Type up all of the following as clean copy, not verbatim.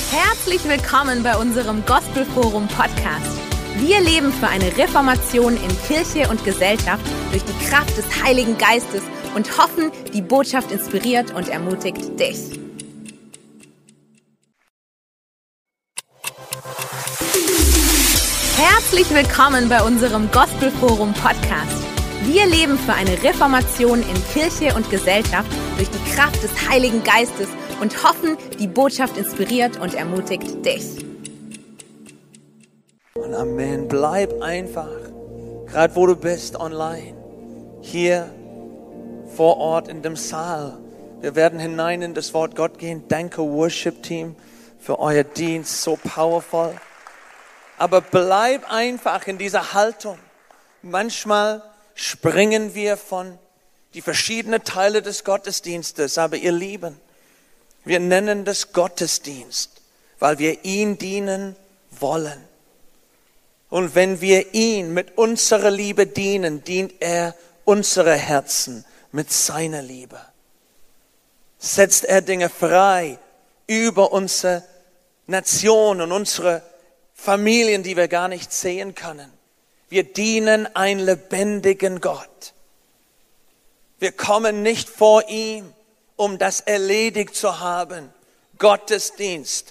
Herzlich willkommen bei unserem Gospelforum Podcast. Wir leben für eine Reformation in Kirche und Gesellschaft durch die Kraft des Heiligen Geistes und hoffen, die Botschaft inspiriert und ermutigt dich. Herzlich willkommen bei unserem Gospelforum Podcast. Wir leben für eine Reformation in Kirche und Gesellschaft durch die Kraft des Heiligen Geistes und hoffen, die Botschaft inspiriert und ermutigt dich. Und Amen. Bleib einfach, gerade wo du bist, online, hier vor Ort in dem Saal. Wir werden hinein in das Wort Gott gehen. Danke, Worship Team, für euer Dienst, so powerful. Aber bleib einfach in dieser Haltung. Manchmal springen wir von die verschiedenen Teile des Gottesdienstes, aber ihr Lieben, wir nennen das Gottesdienst, weil wir ihn dienen wollen. Und wenn wir ihn mit unserer Liebe dienen, dient er unsere Herzen mit seiner Liebe. Setzt er Dinge frei über unsere Nation und unsere Familien, die wir gar nicht sehen können. Wir dienen einen lebendigen Gott. Wir kommen nicht vor ihm, um das erledigt zu haben. Gottesdienst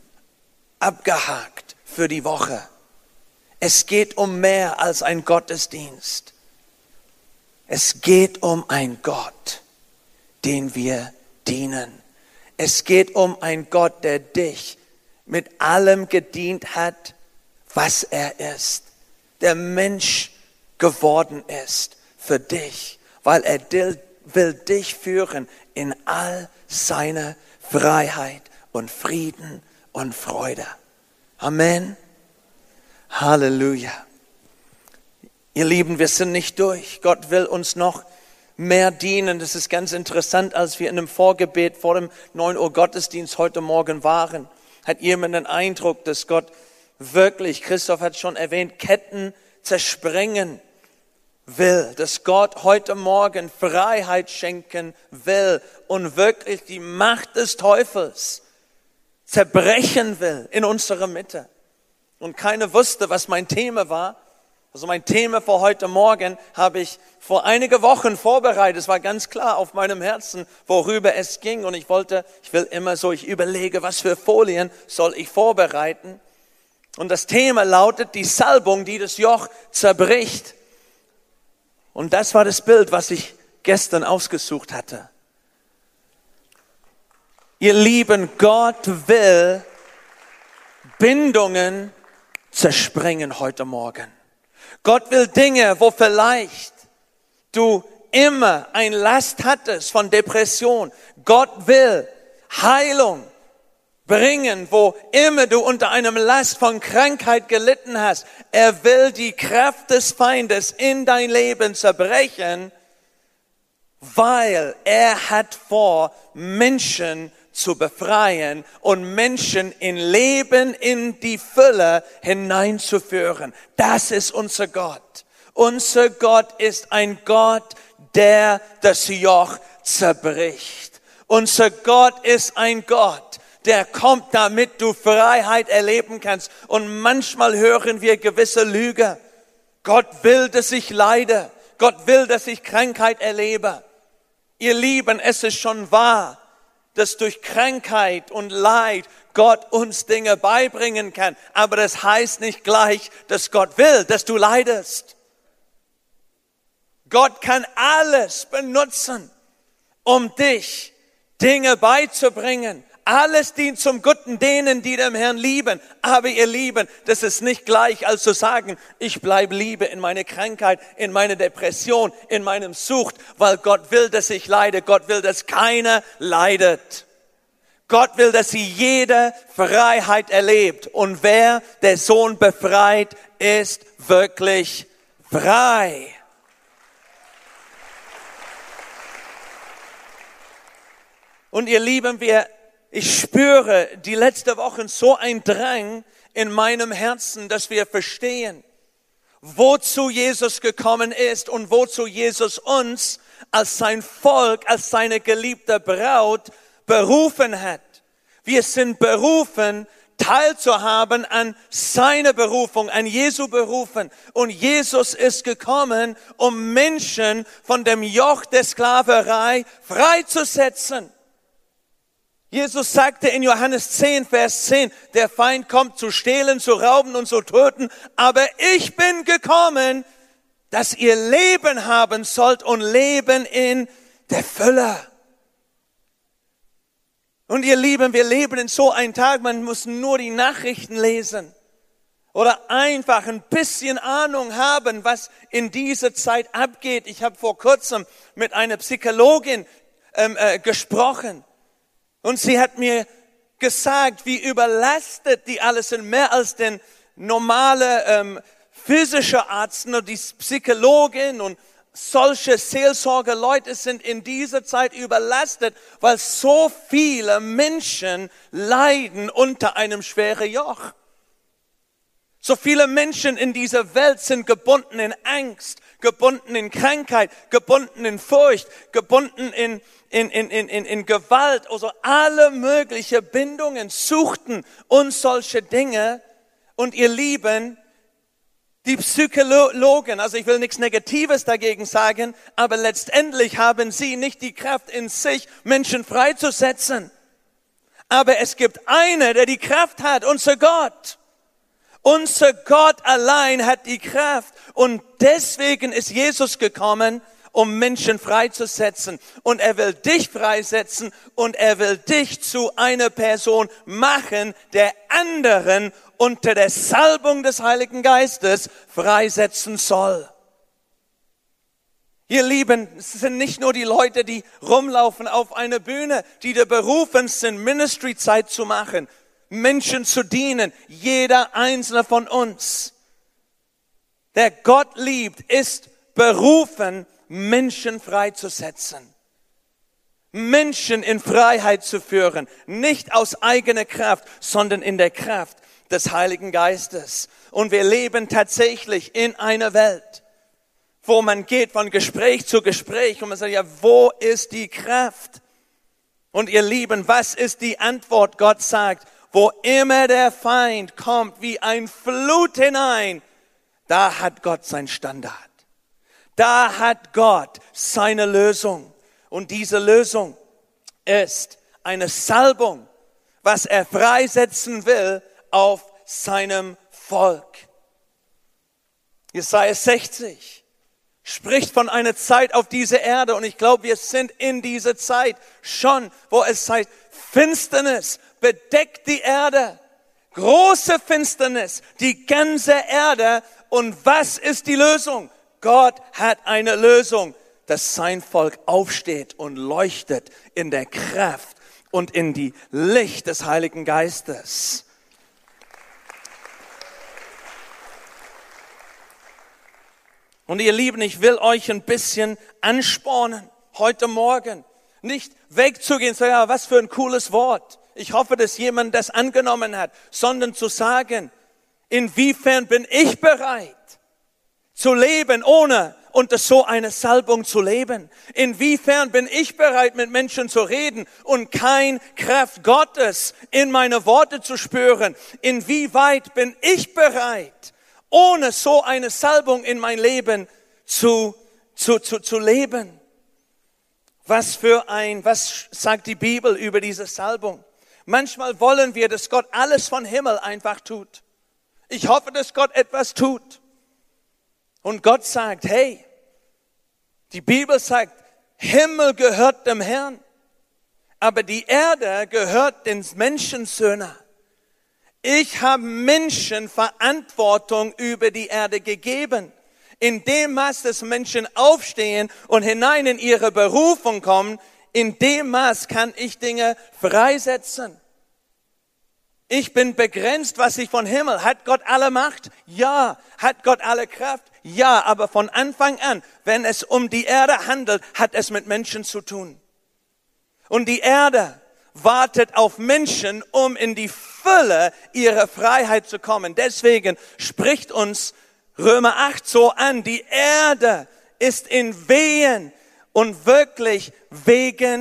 abgehakt für die Woche. Es geht um mehr als ein Gottesdienst. Es geht um einen Gott, den wir dienen. Es geht um einen Gott, der dich mit allem gedient hat, was er ist. Der Mensch geworden ist für dich, weil er will dich führen in all seiner Freiheit und Frieden und Freude. Amen. Halleluja. Ihr Lieben, wir sind nicht durch. Gott will uns noch mehr dienen. Das ist ganz interessant, als wir in einem Vorgebet vor dem 9 Uhr Gottesdienst heute Morgen waren, hat jemand den Eindruck, dass Gott wirklich, Christoph hat schon erwähnt, Ketten zersprengen will, dass Gott heute Morgen Freiheit schenken will und wirklich die Macht des Teufels zerbrechen will in unserer Mitte. Und keiner wusste, was mein Thema war. Also mein Thema für heute Morgen habe ich vor einigen Wochen vorbereitet. Es war ganz klar auf meinem Herzen, worüber es ging. Und ich überlege, was für Folien soll ich vorbereiten. Und das Thema lautet die Salbung, die das Joch zerbricht. Und das war das Bild, was ich gestern ausgesucht hatte. Ihr Lieben, Gott will Bindungen zersprengen heute Morgen. Gott will Dinge, wo vielleicht du immer ein Last hattest von Depression. Gott will Heilung bringen, wo immer du unter einem Last von Krankheit gelitten hast. Er will die Kraft des Feindes in dein Leben zerbrechen, weil er hat vor, Menschen zu befreien und Menschen in Leben in die Fülle hineinzuführen. Das ist unser Gott. Unser Gott ist ein Gott, der das Joch zerbricht. Unser Gott ist ein Gott, der kommt, damit du Freiheit erleben kannst. Und manchmal hören wir gewisse Lüge. Gott will, dass ich leide. Gott will, dass ich Krankheit erlebe. Ihr Lieben, es ist schon wahr, dass durch Krankheit und Leid Gott uns Dinge beibringen kann. Aber das heißt nicht gleich, dass Gott will, dass du leidest. Gott kann alles benutzen, um dich Dinge beizubringen. Alles dient zum Guten denen, die dem Herrn lieben. Aber ihr Lieben, das ist nicht gleich, als zu sagen, ich bleibe liebe in meine Krankheit, in meine Depression, in meinem Sucht, weil Gott will, dass ich leide. Gott will, dass keiner leidet. Gott will, dass sie jede Freiheit erlebt. Und wer der Sohn befreit, ist wirklich frei. Und ihr Lieben, ich spüre die letzten Wochen so ein Drang in meinem Herzen, dass wir verstehen, wozu Jesus gekommen ist und wozu Jesus uns als sein Volk, als seine geliebte Braut berufen hat. Wir sind berufen, teilzuhaben an seine Berufung, an Jesu Berufung. Und Jesus ist gekommen, um Menschen von dem Joch der Sklaverei freizusetzen. Jesus sagte in Johannes 10, Vers 10, der Feind kommt zu stehlen, zu rauben und zu töten, aber ich bin gekommen, dass ihr Leben haben sollt und Leben in der Fülle. Und ihr Lieben, wir leben in so einem Tag, man muss nur die Nachrichten lesen oder einfach ein bisschen Ahnung haben, was in dieser Zeit abgeht. Ich habe vor kurzem mit einer Psychologin gesprochen und sie hat mir gesagt, wie überlastet die alles sind, mehr als den normale physische Arzt und die Psychologin und solche Seelsorgeleute sind in dieser Zeit überlastet, weil so viele Menschen leiden unter einem schweren Joch. So viele Menschen in dieser Welt sind gebunden in Angst, gebunden in Krankheit, gebunden in Furcht, gebunden in Gewalt, also alle möglichen Bindungen, Suchten und solche Dinge. Und ihr Lieben, die Psychologen, also ich will nichts Negatives dagegen sagen, aber letztendlich haben sie nicht die Kraft in sich, Menschen freizusetzen. Aber es gibt einen, der die Kraft hat, unser Gott. Unser Gott allein hat die Kraft und deswegen ist Jesus gekommen, um Menschen freizusetzen. Und er will dich freisetzen und er will dich zu einer Person machen, der anderen unter der Salbung des Heiligen Geistes freisetzen soll. Ihr Lieben, es sind nicht nur die Leute, die rumlaufen auf einer Bühne, die da berufen sind, Ministry-Zeit zu machen, Menschen zu dienen, jeder einzelne von uns, der Gott liebt, ist berufen, Menschen freizusetzen. Menschen in Freiheit zu führen, nicht aus eigener Kraft, sondern in der Kraft des Heiligen Geistes. Und wir leben tatsächlich in einer Welt, wo man geht von Gespräch zu Gespräch und man sagt, ja, wo ist die Kraft? Und ihr Lieben, was ist die Antwort? Gott sagt, wo immer der Feind kommt wie ein Flut hinein, da hat Gott sein Standard. Da hat Gott seine Lösung. Und diese Lösung ist eine Salbung, was er freisetzen will auf seinem Volk. Jesaja 60 spricht von einer Zeit auf dieser Erde und ich glaube, wir sind in dieser Zeit schon, wo es heißt, Finsternis bedeckt die Erde, große Finsternis, die ganze Erde. Und was ist die Lösung? Gott hat eine Lösung, dass sein Volk aufsteht und leuchtet in der Kraft und in die Licht des Heiligen Geistes. Und ihr Lieben, ich will euch ein bisschen anspornen, heute Morgen nicht wegzugehen, so ja, was für ein cooles Wort. Ich hoffe, dass jemand das angenommen hat, sondern zu sagen, inwiefern bin ich bereit zu leben, ohne unter so einer Salbung zu leben? Inwiefern bin ich bereit, mit Menschen zu reden und kein Kraft Gottes in meine Worte zu spüren? Inwieweit bin ich bereit, ohne so eine Salbung in mein Leben zu leben? Was sagt die Bibel über diese Salbung? Manchmal wollen wir, dass Gott alles von Himmel einfach tut. Ich hoffe, dass Gott etwas tut. Und Gott sagt, hey, die Bibel sagt, Himmel gehört dem Herrn, aber die Erde gehört den Menschensöhnen. Ich habe Menschen Verantwortung über die Erde gegeben. In dem Maß, dass Menschen aufstehen und hinein in ihre Berufung kommen, in dem Maß kann ich Dinge freisetzen. Ich bin begrenzt, was ich von Himmel. Hat Gott alle Macht? Ja. Hat Gott alle Kraft? Ja. Aber von Anfang an, wenn es um die Erde handelt, hat es mit Menschen zu tun. Und die Erde wartet auf Menschen, um in die Fülle ihrer Freiheit zu kommen. Deswegen spricht uns Römer 8 so an, die Erde ist in Wehen und wirklich wegen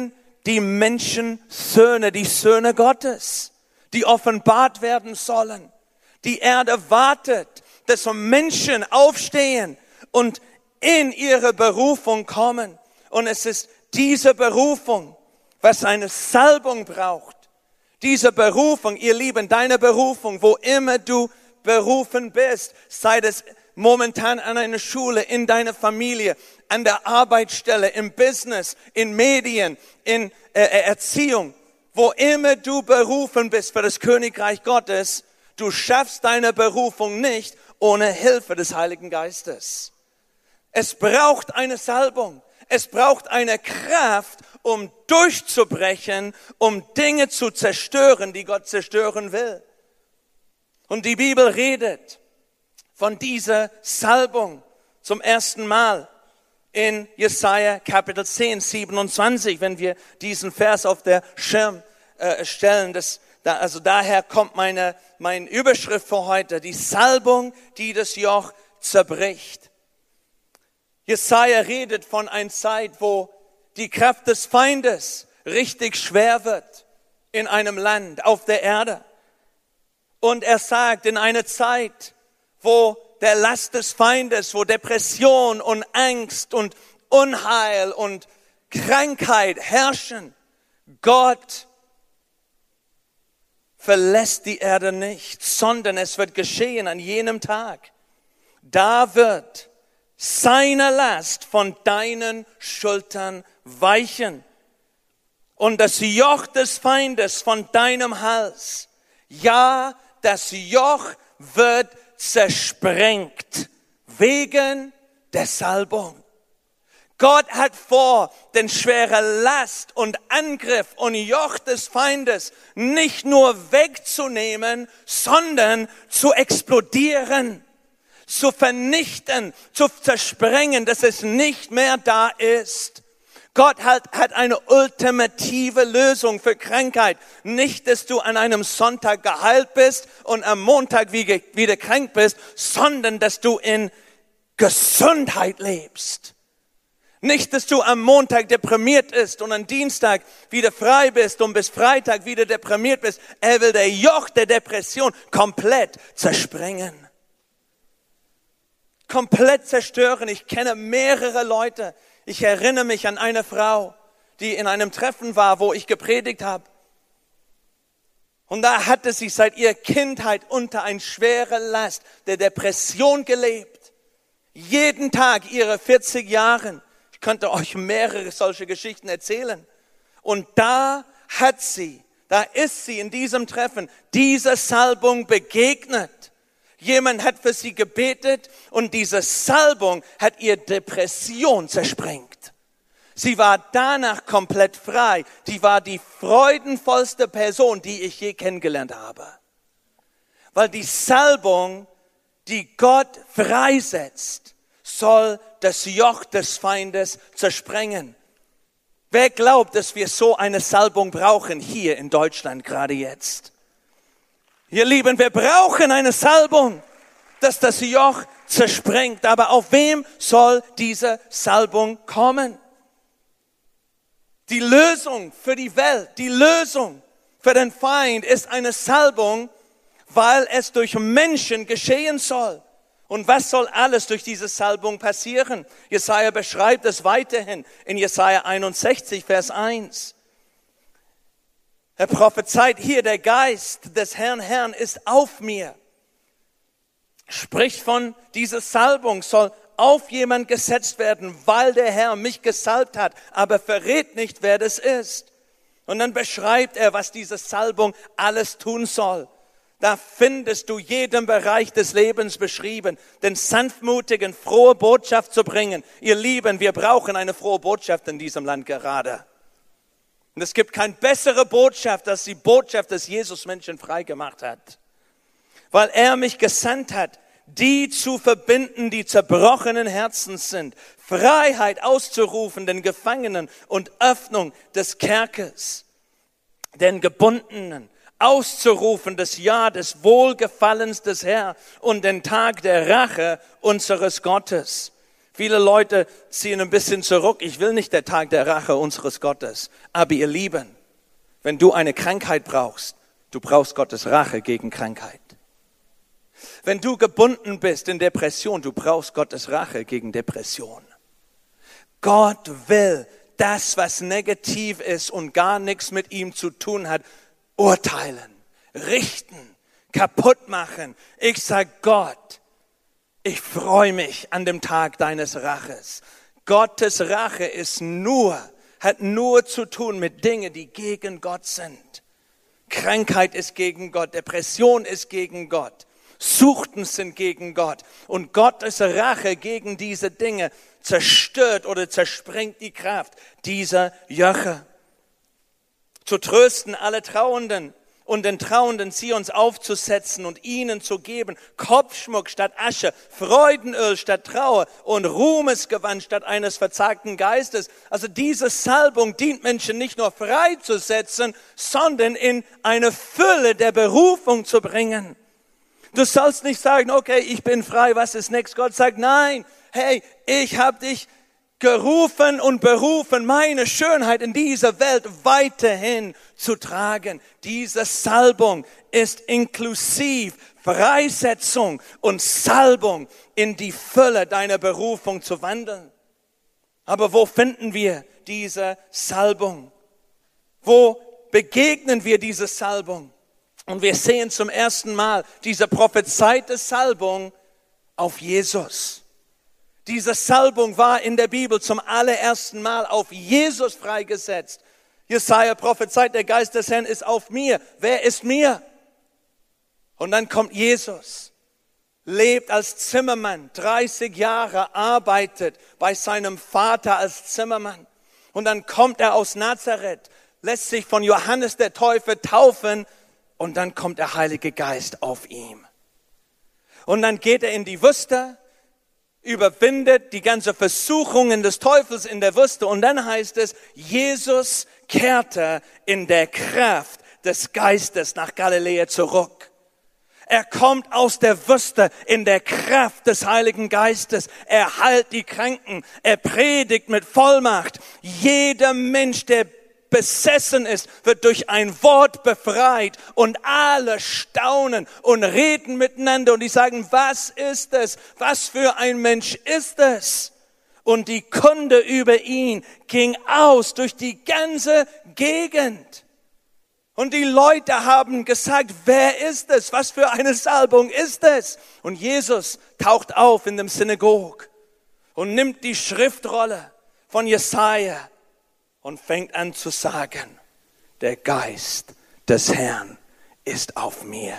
die Menschensöhne, die Söhne Gottes, die offenbart werden sollen. Die Erde wartet, dass Menschen aufstehen und in ihre Berufung kommen. Und es ist diese Berufung, was eine Salbung braucht. Diese Berufung, ihr Lieben, deine Berufung, wo immer du berufen bist, sei es momentan an einer Schule, in deiner Familie, an der Arbeitsstelle, im Business, in Medien, in Erziehung, wo immer du berufen bist für das Königreich Gottes, du schaffst deine Berufung nicht ohne Hilfe des Heiligen Geistes. Es braucht eine Salbung. Es braucht eine Kraft, um durchzubrechen, um Dinge zu zerstören, die Gott zerstören will. Und die Bibel redet von dieser Salbung zum ersten Mal in Jesaja Kapitel 10, 27, wenn wir diesen Vers auf der Schirm stellen. Also daher kommt meine Überschrift für heute, die Salbung, die das Joch zerbricht. Jesaja redet von einer Zeit, wo die Kraft des Feindes richtig schwer wird in einem Land, auf der Erde. Und er sagt, in einer Zeit, wo der Last des Feindes, wo Depression und Angst und Unheil und Krankheit herrschen, Gott verlässt die Erde nicht, sondern es wird geschehen an jenem Tag. Da wird seine Last von deinen Schultern weichen und das Joch des Feindes von deinem Hals. Ja, das Joch wird zersprengt wegen der Salbung. Gott hat vor, den schweren Last und Angriff und Joch des Feindes nicht nur wegzunehmen, sondern zu explodieren, zu vernichten, zu zersprengen, dass es nicht mehr da ist. Gott hat eine ultimative Lösung für Krankheit. Nicht, dass du an einem Sonntag geheilt bist und am Montag wieder krank bist, sondern dass du in Gesundheit lebst. Nicht, dass du am Montag deprimiert bist und am Dienstag wieder frei bist und bis Freitag wieder deprimiert bist. Er will der Joch der Depression komplett zersprengen. Komplett zerstören. Ich kenne mehrere Leute. Ich erinnere mich an eine Frau, die in einem Treffen war, wo ich gepredigt habe. Und da hatte sie seit ihrer Kindheit unter eine schwere Last der Depression gelebt. Jeden Tag ihre 40 Jahre. Ich könnte euch mehrere solche Geschichten erzählen. Und da ist sie in diesem Treffen, dieser Salbung begegnet. Jemand hat für sie gebetet und diese Salbung hat ihr Depression zersprengt. Sie war danach komplett frei. Die war die freudenvollste Person, die ich je kennengelernt habe. Weil die Salbung, die Gott freisetzt, soll das Joch des Feindes zersprengen. Wer glaubt, dass wir so eine Salbung brauchen hier in Deutschland gerade jetzt? Ihr Lieben, wir brauchen eine Salbung, dass das Joch zersprengt. Aber auf wem soll diese Salbung kommen? Die Lösung für die Welt, die Lösung für den Feind ist eine Salbung, weil es durch Menschen geschehen soll. Und was soll alles durch diese Salbung passieren? Jesaja beschreibt es weiterhin in Jesaja 61, Vers 1. Er prophezeit hier, der Geist des Herrn ist auf mir. Spricht von dieser Salbung, soll auf jemand gesetzt werden, weil der Herr mich gesalbt hat, aber verrät nicht, wer das ist. Und dann beschreibt er, was diese Salbung alles tun soll. Da findest du jeden Bereich des Lebens beschrieben, den sanftmutigen, frohe Botschaft zu bringen. Ihr Lieben, wir brauchen eine frohe Botschaft in diesem Land gerade. Und es gibt keine bessere Botschaft, als die Botschaft, dass Jesus Menschen frei gemacht hat. Weil er mich gesandt hat, die zu verbinden, die zerbrochenen Herzens sind, Freiheit auszurufen den Gefangenen und Öffnung des Kerkers, den Gebundenen, auszurufen das Jahr des Wohlgefallens des Herrn und den Tag der Rache unseres Gottes. Viele Leute ziehen ein bisschen zurück. Ich will nicht der Tag der Rache unseres Gottes. Aber ihr Lieben, wenn du eine Krankheit brauchst, du brauchst Gottes Rache gegen Krankheit. Wenn du gebunden bist in Depression, du brauchst Gottes Rache gegen Depression. Gott will das, was negativ ist und gar nichts mit ihm zu tun hat, urteilen, richten, kaputt machen. Ich sage Gott, ich freue mich an dem Tag deines Raches. Gottes Rache hat nur zu tun mit Dingen, die gegen Gott sind. Krankheit ist gegen Gott, Depression ist gegen Gott, Suchten sind gegen Gott. Und Gottes Rache gegen diese Dinge zerstört oder zersprengt die Kraft dieser Joche. Zu trösten alle Trauernden und den Trauernden Zions aufzusetzen und ihnen zu geben Kopfschmuck statt Asche, Freudenöl statt Trauer und Ruhmesgewand statt eines verzagten Geistes. Also diese Salbung dient Menschen nicht nur freizusetzen, sondern in eine Fülle der Berufung zu bringen. Du sollst nicht sagen, okay, ich bin frei, was ist next? Gott sagt, nein, hey, ich habe dich gerufen und berufen, meine Schönheit in dieser Welt weiterhin zu tragen. Diese Salbung ist inklusiv Freisetzung und Salbung in die Fülle deiner Berufung zu wandeln. Aber wo finden wir diese Salbung? Wo begegnen wir diese Salbung? Und wir sehen zum ersten Mal diese prophezeite Salbung auf Jesus. Diese Salbung war in der Bibel zum allerersten Mal auf Jesus freigesetzt. Jesaja prophezeit, der Geist des Herrn ist auf mir. Wer ist mir? Und dann kommt Jesus, lebt als Zimmermann, 30 Jahre, arbeitet bei seinem Vater als Zimmermann. Und dann kommt er aus Nazareth, lässt sich von Johannes der Täufer taufen und dann kommt der Heilige Geist auf ihm. Und dann geht er in die Wüste, überwindet die ganze Versuchungen des Teufels in der Wüste und dann heißt es, Jesus kehrte in der Kraft des Geistes nach Galiläa zurück. Er kommt aus der Wüste in der Kraft des Heiligen Geistes. Er heilt die Kranken, er predigt mit Vollmacht. Jeder Mensch, der besessen ist, wird durch ein Wort befreit und alle staunen und reden miteinander und die sagen, was ist es? Was für ein Mensch ist es? Und die Kunde über ihn ging aus durch die ganze Gegend. Und die Leute haben gesagt, wer ist es? Was für eine Salbung ist es? Und Jesus taucht auf in dem Synagog und nimmt die Schriftrolle von Jesaja und fängt an zu sagen, der Geist des Herrn ist auf mir.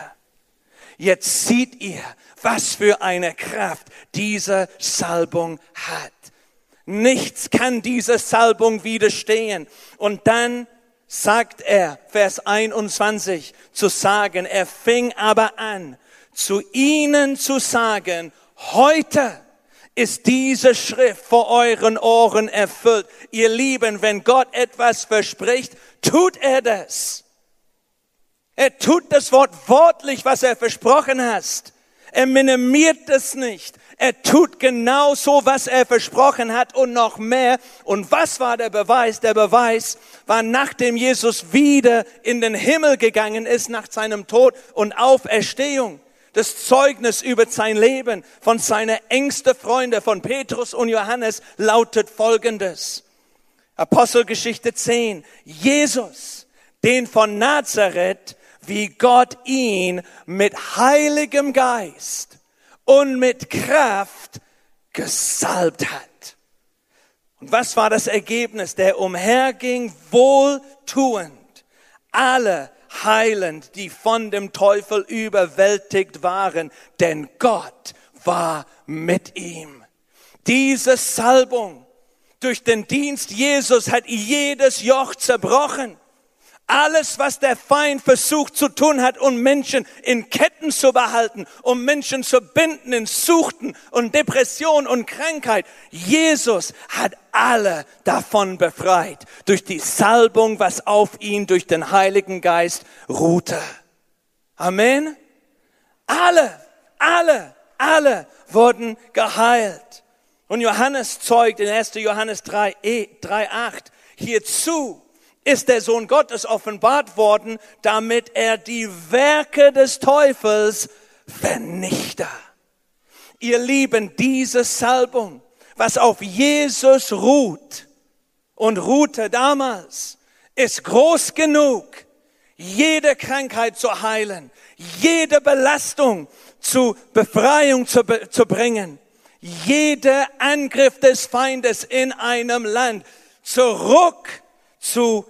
Jetzt seht ihr, was für eine Kraft diese Salbung hat. Nichts kann dieser Salbung widerstehen. Und dann sagt er, Vers 21, zu sagen, er fing aber an, zu ihnen zu sagen, heute ist diese Schrift vor euren Ohren erfüllt. Ihr Lieben, wenn Gott etwas verspricht, tut er das. Er tut das Wort wortlich, was er versprochen hat. Er minimiert es nicht. Er tut genau so, was er versprochen hat und noch mehr. Und was war der Beweis? Der Beweis war, nachdem Jesus wieder in den Himmel gegangen ist, nach seinem Tod und Auferstehung. Das Zeugnis über sein Leben von seinen engsten Freunden, von Petrus und Johannes, lautet Folgendes. Apostelgeschichte 10. Jesus, den von Nazareth, wie Gott ihn mit heiligem Geist und mit Kraft gesalbt hat. Und was war das Ergebnis? Der umherging wohltuend, alle heilend, die von dem Teufel überwältigt waren, denn Gott war mit ihm. Diese Salbung durch den Dienst Jesus hat jedes Joch zerbrochen. Alles, was der Feind versucht zu tun hat, um Menschen in Ketten zu behalten, um Menschen zu binden in Suchten und Depression und Krankheit. Jesus hat alle davon befreit, durch die Salbung, was auf ihn durch den Heiligen Geist ruhte. Amen. Alle wurden geheilt. Und Johannes zeugt in 1. Johannes 3,8, hierzu ist der Sohn Gottes offenbart worden, damit er die Werke des Teufels vernichte. Ihr Lieben, diese Salbung, was auf Jesus ruht und ruhte damals, ist groß genug, jede Krankheit zu heilen, jede Belastung zu Befreiung zu bringen, jeder Angriff des Feindes in einem Land zurück zu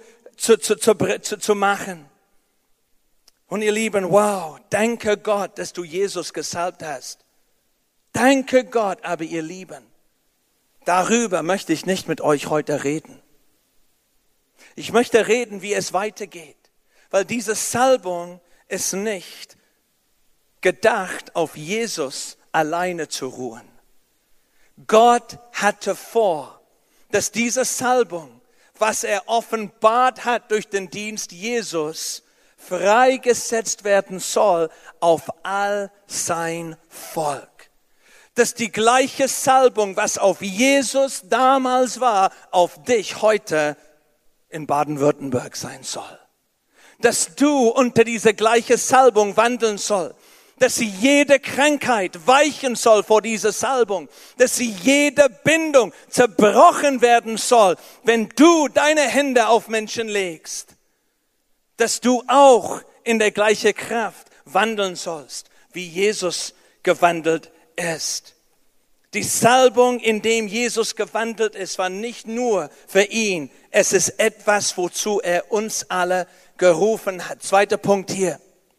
machen. Und ihr Lieben, wow, danke Gott, dass du Jesus gesalbt hast. Danke Gott, aber ihr Lieben, darüber möchte ich nicht mit euch heute reden. Ich möchte reden, wie es weitergeht, weil diese Salbung ist nicht gedacht, auf Jesus alleine zu ruhen. Gott hatte vor, dass diese Salbung, was er offenbart hat durch den Dienst Jesus, freigesetzt werden soll auf all sein Volk. Dass die gleiche Salbung, was auf Jesus damals war, auf dich heute in Baden-Württemberg sein soll. Dass du unter diese gleiche Salbung wandeln sollst. Dass sie jede Krankheit weichen soll vor dieser Salbung. Dass sie jede Bindung zerbrochen werden soll, wenn du deine Hände auf Menschen legst. Dass du auch in der gleichen Kraft wandeln sollst, wie Jesus gewandelt ist. Die Salbung, in dem Jesus gewandelt ist, war nicht nur für ihn. Es ist etwas, wozu er uns alle gerufen hat. Zweiter Punkt hier.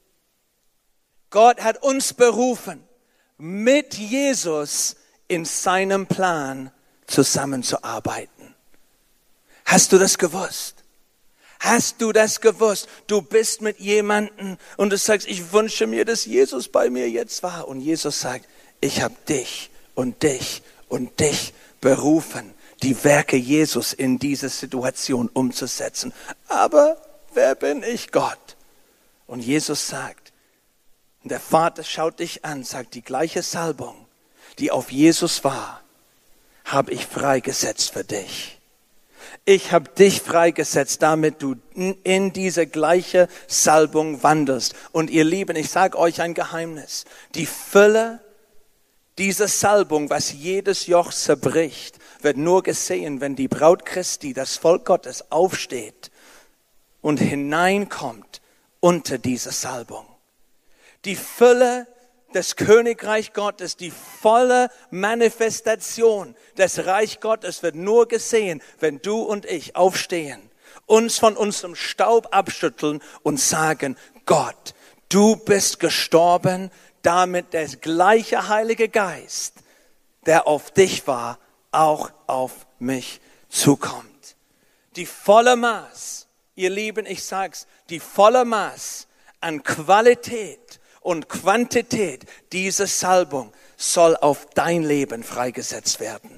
Gott hat uns berufen, mit Jesus in seinem Plan zusammenzuarbeiten. Hast du das gewusst? Hast du das gewusst? Du bist mit jemandem und du sagst, ich wünsche mir, dass Jesus bei mir jetzt war. Und Jesus sagt, ich habe dich und dich und dich berufen, die Werke Jesus in diese Situation umzusetzen. Aber wer bin ich, Gott? Und Jesus sagt, und der Vater schaut dich an, sagt, die gleiche Salbung, die auf Jesus war, habe ich freigesetzt für dich. Ich habe dich freigesetzt, damit du in diese gleiche Salbung wandelst. Und ihr Lieben, ich sage euch ein Geheimnis. Die Fülle dieser Salbung, was jedes Joch zerbricht, wird nur gesehen, wenn die Braut Christi, das Volk Gottes, aufsteht und hineinkommt unter diese Salbung. Die Fülle des Königreich Gottes, die volle Manifestation des Reich Gottes wird nur gesehen, wenn du und ich aufstehen, uns von unserem Staub abschütteln und sagen, Gott, du bist gestorben, damit der gleiche Heilige Geist, der auf dich war, auch auf mich zukommt. Die volle Maß, ihr Lieben, ich sag's, die volle Maß an Qualität und Quantität dieser Salbung soll auf dein Leben freigesetzt werden.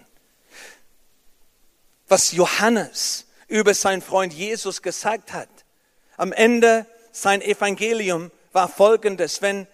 Was Johannes über seinen Freund Jesus gesagt hat, am Ende sein Evangelium war folgendes, wenn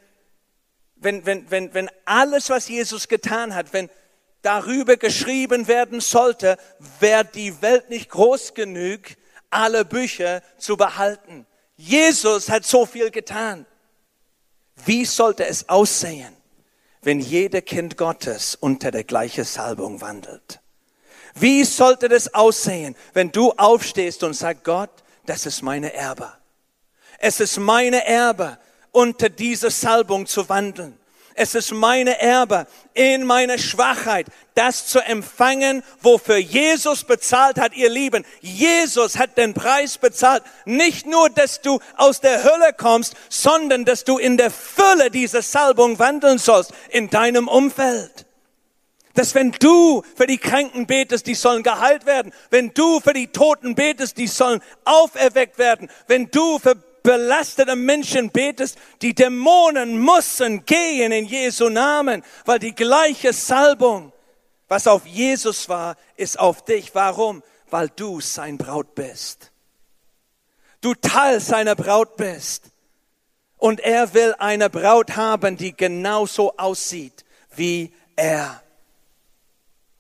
alles, was Jesus getan hat, wenn darüber geschrieben werden sollte, wäre die Welt nicht groß genug, alle Bücher zu behalten. Jesus hat so viel getan. Wie sollte es aussehen, wenn jeder Kind Gottes unter der gleichen Salbung wandelt? Wie sollte das aussehen, wenn du aufstehst und sagst, Gott, das ist meine Erbe. Es ist meine Erbe, unter dieser Salbung zu wandeln. Es ist meine Erbe, in meiner Schwachheit, das zu empfangen, wofür Jesus bezahlt hat, ihr Lieben. Jesus hat den Preis bezahlt. Nicht nur, dass du aus der Hölle kommst, sondern dass du in der Fülle dieser Salbung wandeln sollst, in deinem Umfeld. Dass wenn du für die Kranken betest, die sollen geheilt werden. Wenn du für die Toten betest, die sollen auferweckt werden. Wenn du für belastete Menschen betest, die Dämonen müssen gehen in Jesu Namen, weil die gleiche Salbung, was auf Jesus war, ist auf dich. Warum? Weil du sein Braut bist. Du Teil seiner Braut bist. Und er will eine Braut haben, die genauso aussieht wie er.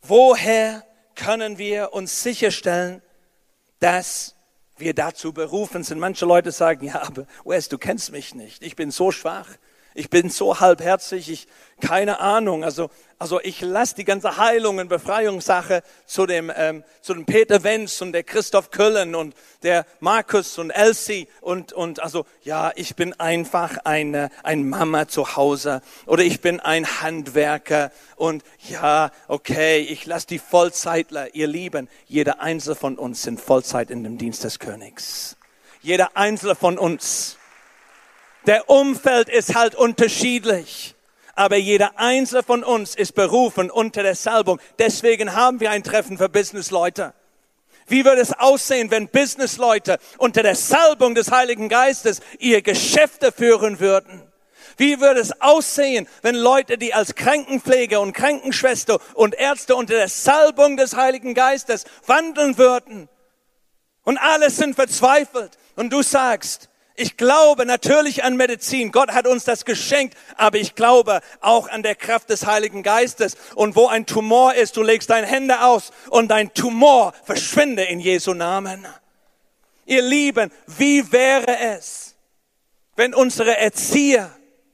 Woher können wir uns sicherstellen, dass wir dazu berufen sind? Manche Leute sagen, ja, aber Wes, du kennst mich nicht. Ich bin so schwach. Ich bin so halbherzig. Keine Ahnung. Also ich lasse die ganze Heilung und Befreiungssache zu dem Peter Wenz und der Christoph Köllen und der Markus und Elsie und also ja, ich bin einfach ein Mama zu Hause oder ich bin ein Handwerker und ja, okay, ich lasse die Vollzeitler, ihr Lieben, jeder einzelne von uns sind Vollzeit in dem Dienst des Königs. Jeder einzelne von uns. Der Umfeld ist halt unterschiedlich. Aber jeder einzelne von uns ist berufen unter der Salbung. Deswegen haben wir ein Treffen für Businessleute. Wie würde es aussehen, wenn Businessleute unter der Salbung des Heiligen Geistes ihre Geschäfte führen würden? Wie würde es aussehen, wenn Leute, die als Krankenpfleger und Krankenschwester und Ärzte unter der Salbung des Heiligen Geistes wandeln würden? Und alle sind verzweifelt. Und du sagst, ich glaube natürlich an Medizin. Gott hat uns das geschenkt. Aber ich glaube auch an der Kraft des Heiligen Geistes. Und wo ein Tumor ist, du legst deine Hände aus und dein Tumor verschwinde in Jesu Namen. Ihr Lieben, wie wäre es, wenn unsere Erzieher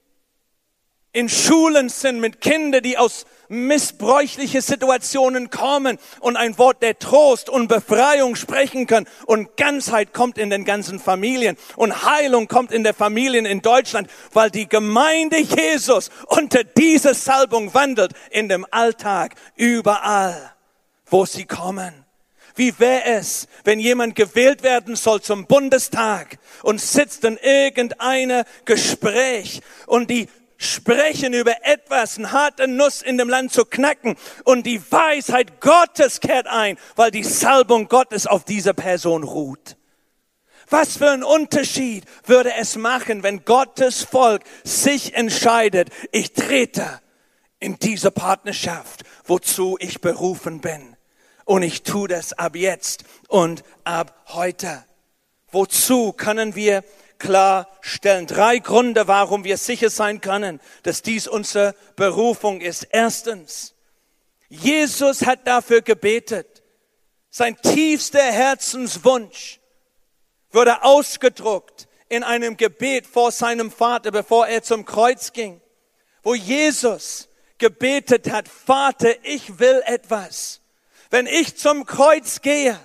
in Schulen sind mit Kindern, die aus missbräuchlichen Situationen kommen und ein Wort der Trost und Befreiung sprechen können und Ganzheit kommt in den ganzen Familien und Heilung kommt in der Familien in Deutschland, weil die Gemeinde Jesus unter dieser Salbung wandelt in dem Alltag, überall, wo sie kommen. Wie wäre es, wenn jemand gewählt werden soll zum Bundestag und sitzt in irgendeinem Gespräch und die sprechen über etwas, eine harte Nuss in dem Land zu knacken und die Weisheit Gottes kehrt ein, weil die Salbung Gottes auf dieser Person ruht. Was für ein Unterschied würde es machen, wenn Gottes Volk sich entscheidet, ich trete in diese Partnerschaft, wozu ich berufen bin. Und ich tue das ab jetzt und ab heute. Wozu können wir klarstellen? 3 Gründe, warum wir sicher sein können, dass dies unsere Berufung ist. Erstens, Jesus hat dafür gebetet. Sein tiefster Herzenswunsch wurde ausgedruckt in einem Gebet vor seinem Vater, bevor er zum Kreuz ging, wo Jesus gebetet hat, Vater, ich will etwas. Wenn ich zum Kreuz gehe,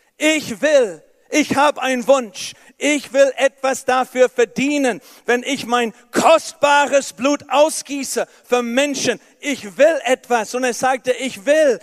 ich habe einen Wunsch. Ich will etwas dafür verdienen, wenn ich mein kostbares Blut ausgieße für Menschen. Ich will etwas. Und er sagte, ich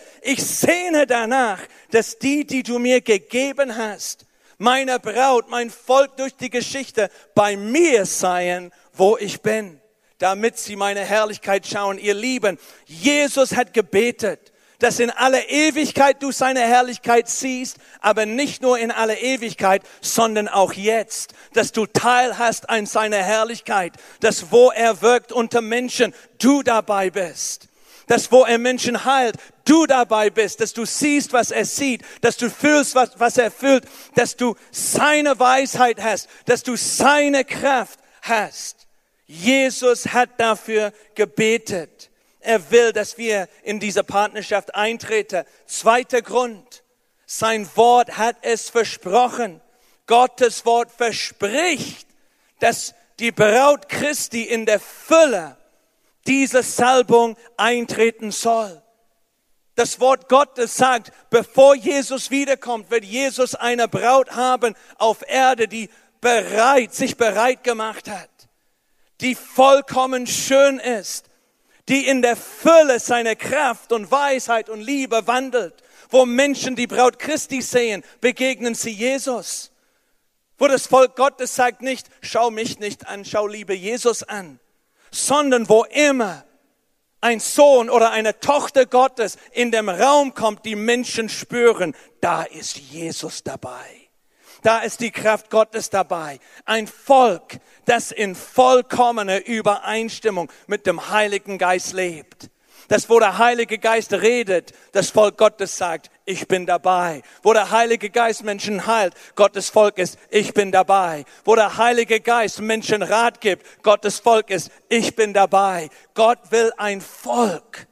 sehne danach, dass die du mir gegeben hast, meine Braut, mein Volk durch die Geschichte, bei mir seien, wo ich bin, damit sie meine Herrlichkeit schauen. Ihr Lieben, Jesus hat gebetet, dass in aller Ewigkeit du seine Herrlichkeit siehst, aber nicht nur in aller Ewigkeit, sondern auch jetzt, dass du Teil hast an seiner Herrlichkeit, dass wo er wirkt unter Menschen, du dabei bist, dass wo er Menschen heilt, du dabei bist, dass du siehst, was er sieht, dass du fühlst, was er fühlt, dass du seine Weisheit hast, dass du seine Kraft hast. Jesus hat dafür gebetet. Er will, dass wir in diese Partnerschaft eintreten. 2. Grund. Sein Wort hat es versprochen. Gottes Wort verspricht, dass die Braut Christi in der Fülle dieser Salbung eintreten soll. Das Wort Gottes sagt, bevor Jesus wiederkommt, wird Jesus eine Braut haben auf Erde, die sich bereit gemacht hat, die vollkommen schön ist, die in der Fülle seiner Kraft und Weisheit und Liebe wandelt. Wo Menschen die Braut Christi sehen, begegnen sie Jesus. Wo das Volk Gottes sagt nicht, schau mich nicht an, schau lieber Jesus an. Sondern wo immer ein Sohn oder eine Tochter Gottes in dem Raum kommt, die Menschen spüren, da ist Jesus dabei. Da ist die Kraft Gottes dabei. Ein Volk, das in vollkommener Übereinstimmung mit dem Heiligen Geist lebt. Das, wo der Heilige Geist redet, das Volk Gottes sagt, ich bin dabei. Wo der Heilige Geist Menschen heilt, Gottes Volk ist, ich bin dabei. Wo der Heilige Geist Menschen Rat gibt, Gottes Volk ist, ich bin dabei. Gott will ein Volk,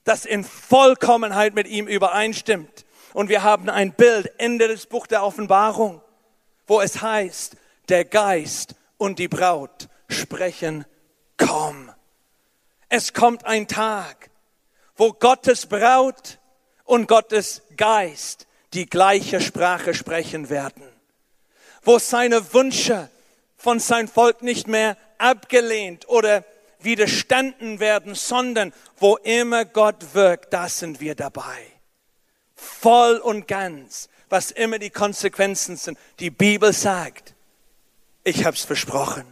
das in Vollkommenheit mit ihm übereinstimmt. Und wir haben ein Bild, Ende des Buchs der Offenbarung, wo es heißt, der Geist und die Braut sprechen, komm. Es kommt ein Tag, wo Gottes Braut und Gottes Geist die gleiche Sprache sprechen werden. Wo seine Wünsche von seinem Volk nicht mehr abgelehnt oder widerstanden werden, sondern wo immer Gott wirkt, da sind wir dabei. Voll und ganz, was immer die Konsequenzen sind. Die Bibel sagt, ich habe es versprochen.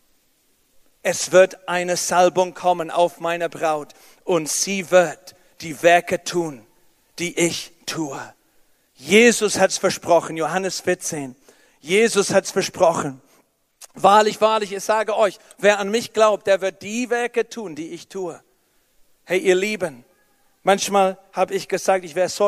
Es wird eine Salbung kommen auf meine Braut und sie wird die Werke tun, die ich tue. Jesus hat es versprochen, Johannes 14. Jesus hat es versprochen. Wahrlich, wahrlich, ich sage euch, wer an mich glaubt, der wird die Werke tun, die ich tue. Hey, ihr Lieben, manchmal habe ich gesagt, ich wäre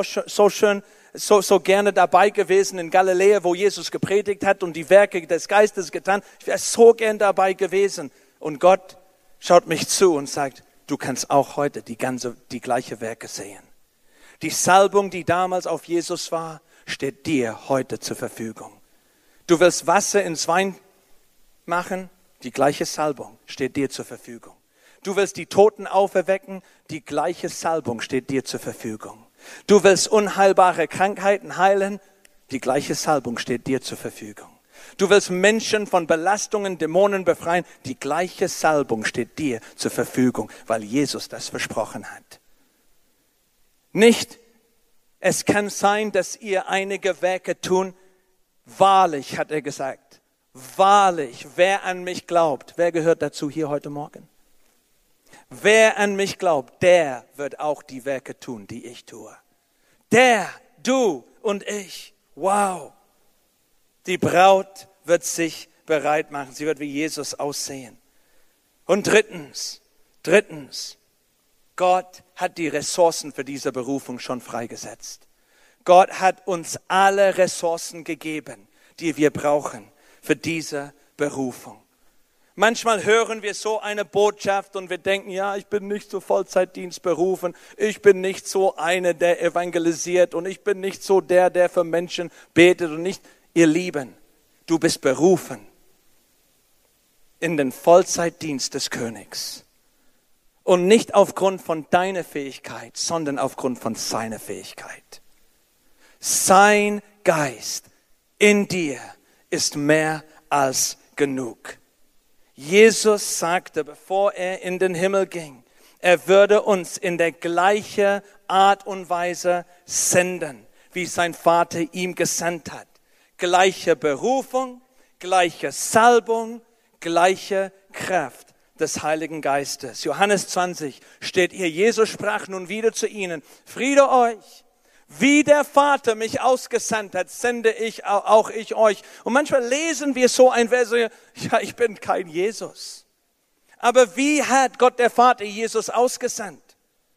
so gerne dabei gewesen in Galiläa, wo Jesus gepredigt hat und die Werke des Geistes getan. Ich wäre so gern dabei gewesen. Und Gott schaut mich zu und sagt, du kannst auch heute die gleiche Werke sehen. Die Salbung, die damals auf Jesus war, steht dir heute zur Verfügung. Du willst Wasser ins Wein machen, die gleiche Salbung steht dir zur Verfügung. Du willst die Toten auferwecken, die gleiche Salbung steht dir zur Verfügung. Du willst unheilbare Krankheiten heilen, die gleiche Salbung steht dir zur Verfügung. Du willst Menschen von Belastungen, Dämonen befreien, die gleiche Salbung steht dir zur Verfügung, weil Jesus das versprochen hat. Nicht, es kann sein, dass ihr einige Werke tun. Wahrlich, hat er gesagt, wahrlich, wer an mich glaubt, wer gehört dazu hier heute Morgen? Wer an mich glaubt, der wird auch die Werke tun, die ich tue. Der, du und ich. Wow. Die Braut wird sich bereit machen. Sie wird wie Jesus aussehen. Und drittens, Gott hat die Ressourcen für diese Berufung schon freigesetzt. Gott hat uns alle Ressourcen gegeben, die wir brauchen für diese Berufung. Manchmal hören wir so eine Botschaft und wir denken, ja, ich bin nicht zu Vollzeitdienst berufen, ich bin nicht so einer, der evangelisiert und ich bin nicht so der für Menschen betet und nicht. Ihr Lieben, du bist berufen in den Vollzeitdienst des Königs. Und nicht aufgrund von deiner Fähigkeit, sondern aufgrund von seiner Fähigkeit. Sein Geist in dir ist mehr als genug. Jesus sagte, bevor er in den Himmel ging, er würde uns in der gleichen Art und Weise senden, wie sein Vater ihm gesandt hat. Gleiche Berufung, gleiche Salbung, gleiche Kraft des Heiligen Geistes. Johannes 20 steht hier, Jesus sprach nun wieder zu ihnen, Friede euch, wie der Vater mich ausgesandt hat, sende ich auch ich euch. Und manchmal lesen wir so ein Vers, ja, ich bin kein Jesus. Aber wie hat Gott der Vater Jesus ausgesandt?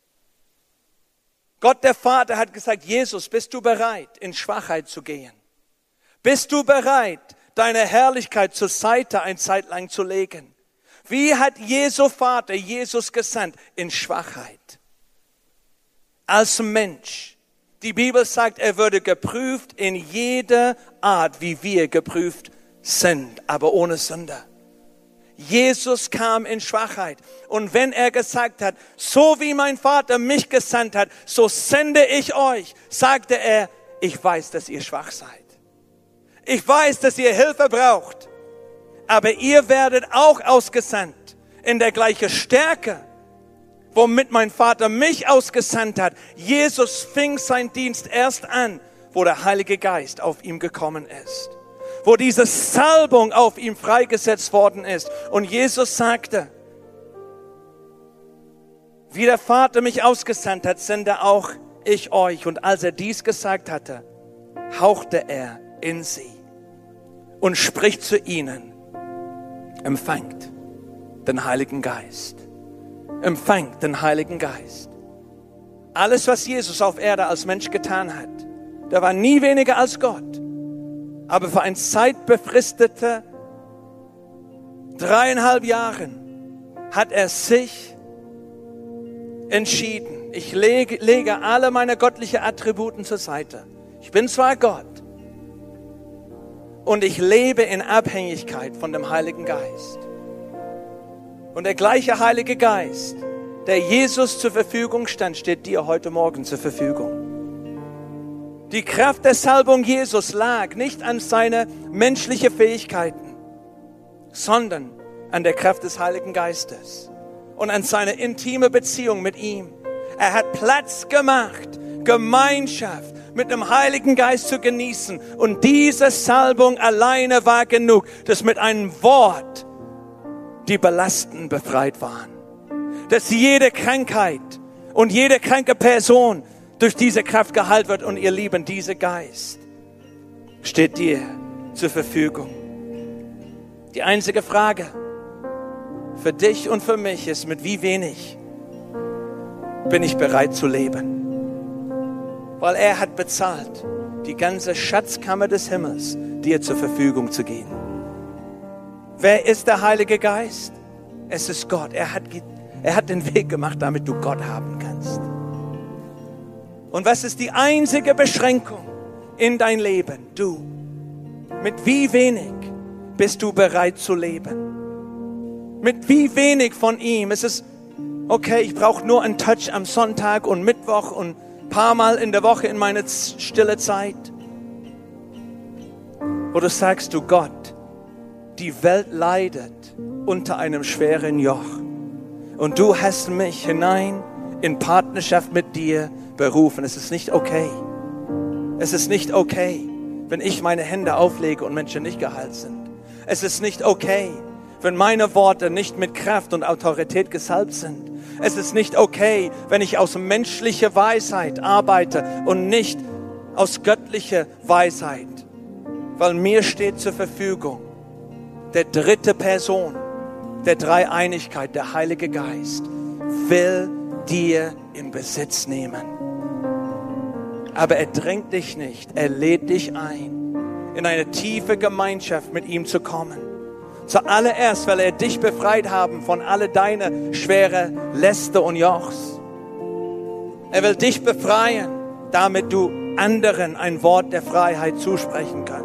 Gott der Vater hat gesagt, Jesus, bist du bereit, in Schwachheit zu gehen? Bist du bereit, deine Herrlichkeit zur Seite eine Zeit lang zu legen? Wie hat Jesu Vater Jesus gesandt? In Schwachheit. Als Mensch. Die Bibel sagt, er würde geprüft in jeder Art, wie wir geprüft sind, aber ohne Sünde. Jesus kam in Schwachheit. Und wenn er gesagt hat, so wie mein Vater mich gesandt hat, so sende ich euch, sagte er, ich weiß, dass ihr schwach seid. Ich weiß, dass ihr Hilfe braucht, aber ihr werdet auch ausgesandt in der gleichen Stärke, womit mein Vater mich ausgesandt hat. Jesus fing seinen Dienst erst an, wo der Heilige Geist auf ihm gekommen ist, wo diese Salbung auf ihm freigesetzt worden ist. Und Jesus sagte, wie der Vater mich ausgesandt hat, sende auch ich euch. Und als er dies gesagt hatte, hauchte er in sie und spricht zu ihnen, empfangt den Heiligen Geist. Empfangt den Heiligen Geist. Alles, was Jesus auf Erde als Mensch getan hat, der war nie weniger als Gott. Aber für ein zeitbefristete 3,5 Jahren hat er sich entschieden, Ich lege alle meine göttlichen Attributen zur Seite. Ich bin zwar Gott und ich lebe in Abhängigkeit von dem Heiligen Geist. Und der gleiche Heilige Geist, der Jesus zur Verfügung stand, steht dir heute Morgen zur Verfügung. Die Kraft der Salbung Jesus lag nicht an seine menschlichen Fähigkeiten, sondern an der Kraft des Heiligen Geistes und an seine intime Beziehung mit ihm. Er hat Platz gemacht, Gemeinschaft mit dem Heiligen Geist zu genießen. Und diese Salbung alleine war genug, dass mit einem Wort die Belasteten befreit waren. Dass jede Krankheit und jede kranke Person durch diese Kraft geheilt wird. Und ihr Lieben, dieser Geist steht dir zur Verfügung. Die einzige Frage für dich und für mich ist, mit wie wenig bin ich bereit zu leben? Weil er hat bezahlt, die ganze Schatzkammer des Himmels dir zur Verfügung zu geben. Wer ist der Heilige Geist? Es ist Gott. Er hat den Weg gemacht, damit du Gott haben kannst. Und was ist die einzige Beschränkung in dein Leben? Du. Mit wie wenig bist du bereit zu leben? Mit wie wenig von ihm? Es ist okay, ich brauche nur einen Touch am Sonntag und Mittwoch und ein paar Mal in der Woche in meine stille Zeit. Oder sagst du, Gott, die Welt leidet unter einem schweren Joch. Und du hast mich hinein in Partnerschaft mit dir berufen. Es ist nicht okay. Es ist nicht okay, wenn ich meine Hände auflege und Menschen nicht geheilt sind. Es ist nicht okay, wenn meine Worte nicht mit Kraft und Autorität gesalbt sind. Es ist nicht okay, wenn ich aus menschlicher Weisheit arbeite und nicht aus göttlicher Weisheit. Weil mir steht zur Verfügung der dritte Person der Dreieinigkeit, der Heilige Geist, will dir in Besitz nehmen. Aber er drängt dich nicht, er lädt dich ein, in eine tiefe Gemeinschaft mit ihm zu kommen. Zuallererst, weil er dich befreit haben von alle deine schwere Läste und Jochs. Er will dich befreien, damit du anderen ein Wort der Freiheit zusprechen kannst.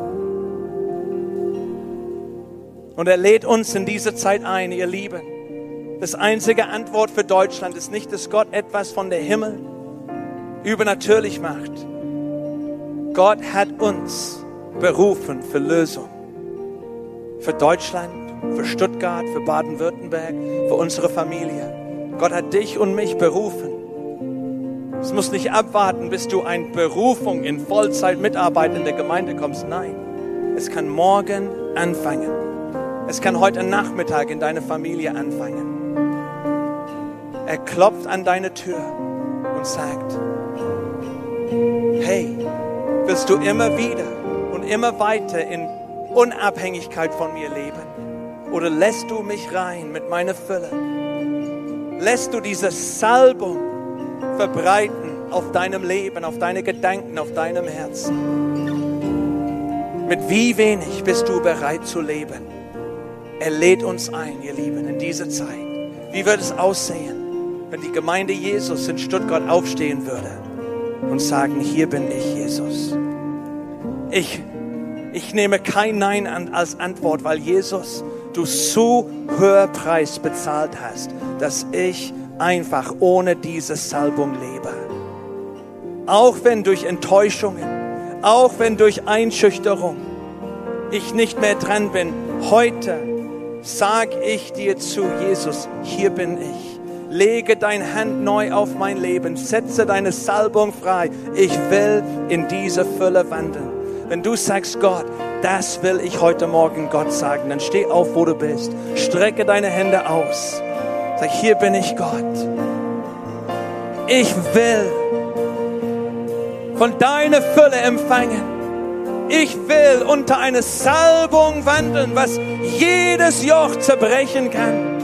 Und er lädt uns in diese Zeit ein, ihr Lieben. Das einzige Antwort für Deutschland ist nicht, dass Gott etwas von der Himmel übernatürlich macht. Gott hat uns berufen für Lösung. Für Deutschland, für Stuttgart, für Baden-Württemberg, für unsere Familie. Gott hat dich und mich berufen. Es muss nicht abwarten, bis du eine Berufung in Vollzeit-Mitarbeit in der Gemeinde kommst. Nein, es kann morgen anfangen. Es kann heute Nachmittag in deiner Familie anfangen. Er klopft an deine Tür und sagt, hey, willst du immer wieder und immer weiter in Unabhängigkeit von mir leben? Oder lässt du mich rein mit meiner Fülle? Lässt du diese Salbung verbreiten auf deinem Leben, auf deine Gedanken, auf deinem Herzen? Mit wie wenig bist du bereit zu leben? Er lädt uns ein, ihr Lieben, in diese Zeit. Wie wird es aussehen, wenn die Gemeinde Jesus in Stuttgart aufstehen würde und sagen, hier bin ich, Jesus. Ich nehme kein Nein an als Antwort, weil Jesus, du so hohen Preis bezahlt hast, dass ich einfach ohne diese Salbung lebe. Auch wenn durch Enttäuschungen, auch wenn durch Einschüchterung ich nicht mehr dran bin, heute sag ich dir zu, Jesus, hier bin ich. Lege deine Hand neu auf mein Leben, setze deine Salbung frei. Ich will in diese Fülle wandeln. Wenn du sagst, Gott, das will ich heute Morgen Gott sagen, dann steh auf, wo du bist. Strecke deine Hände aus. Sag, hier bin ich, Gott. Ich will von deiner Fülle empfangen. Ich will unter eine Salbung wandeln, was jedes Joch zerbrechen kann.